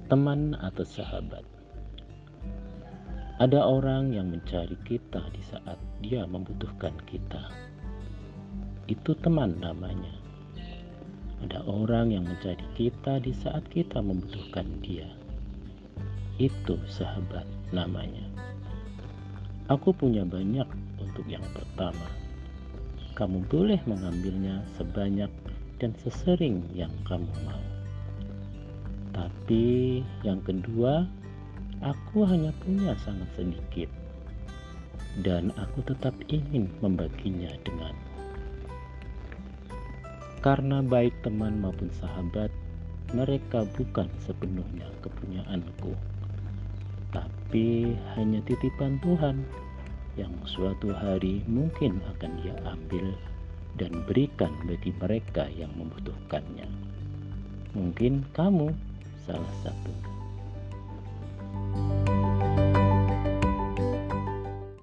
Teman atau sahabat. Ada orang yang mencari kita di saat dia membutuhkan kita. Itu teman namanya. Ada orang yang mencari kita di saat kita membutuhkan dia. Itu sahabat namanya. Aku punya banyak untuk yang pertama. Kamu boleh mengambilnya sebanyak dan sesering yang kamu mau. Tapi yang kedua, aku hanya punya sangat sedikit, dan aku tetap ingin membaginya denganmu. Karena baik teman maupun sahabat, mereka bukan sepenuhnya kepunyaanku, tapi hanya titipan Tuhan yang suatu hari mungkin akan Dia ambil dan berikan bagi mereka yang membutuhkannya. Mungkin kamu salah satu.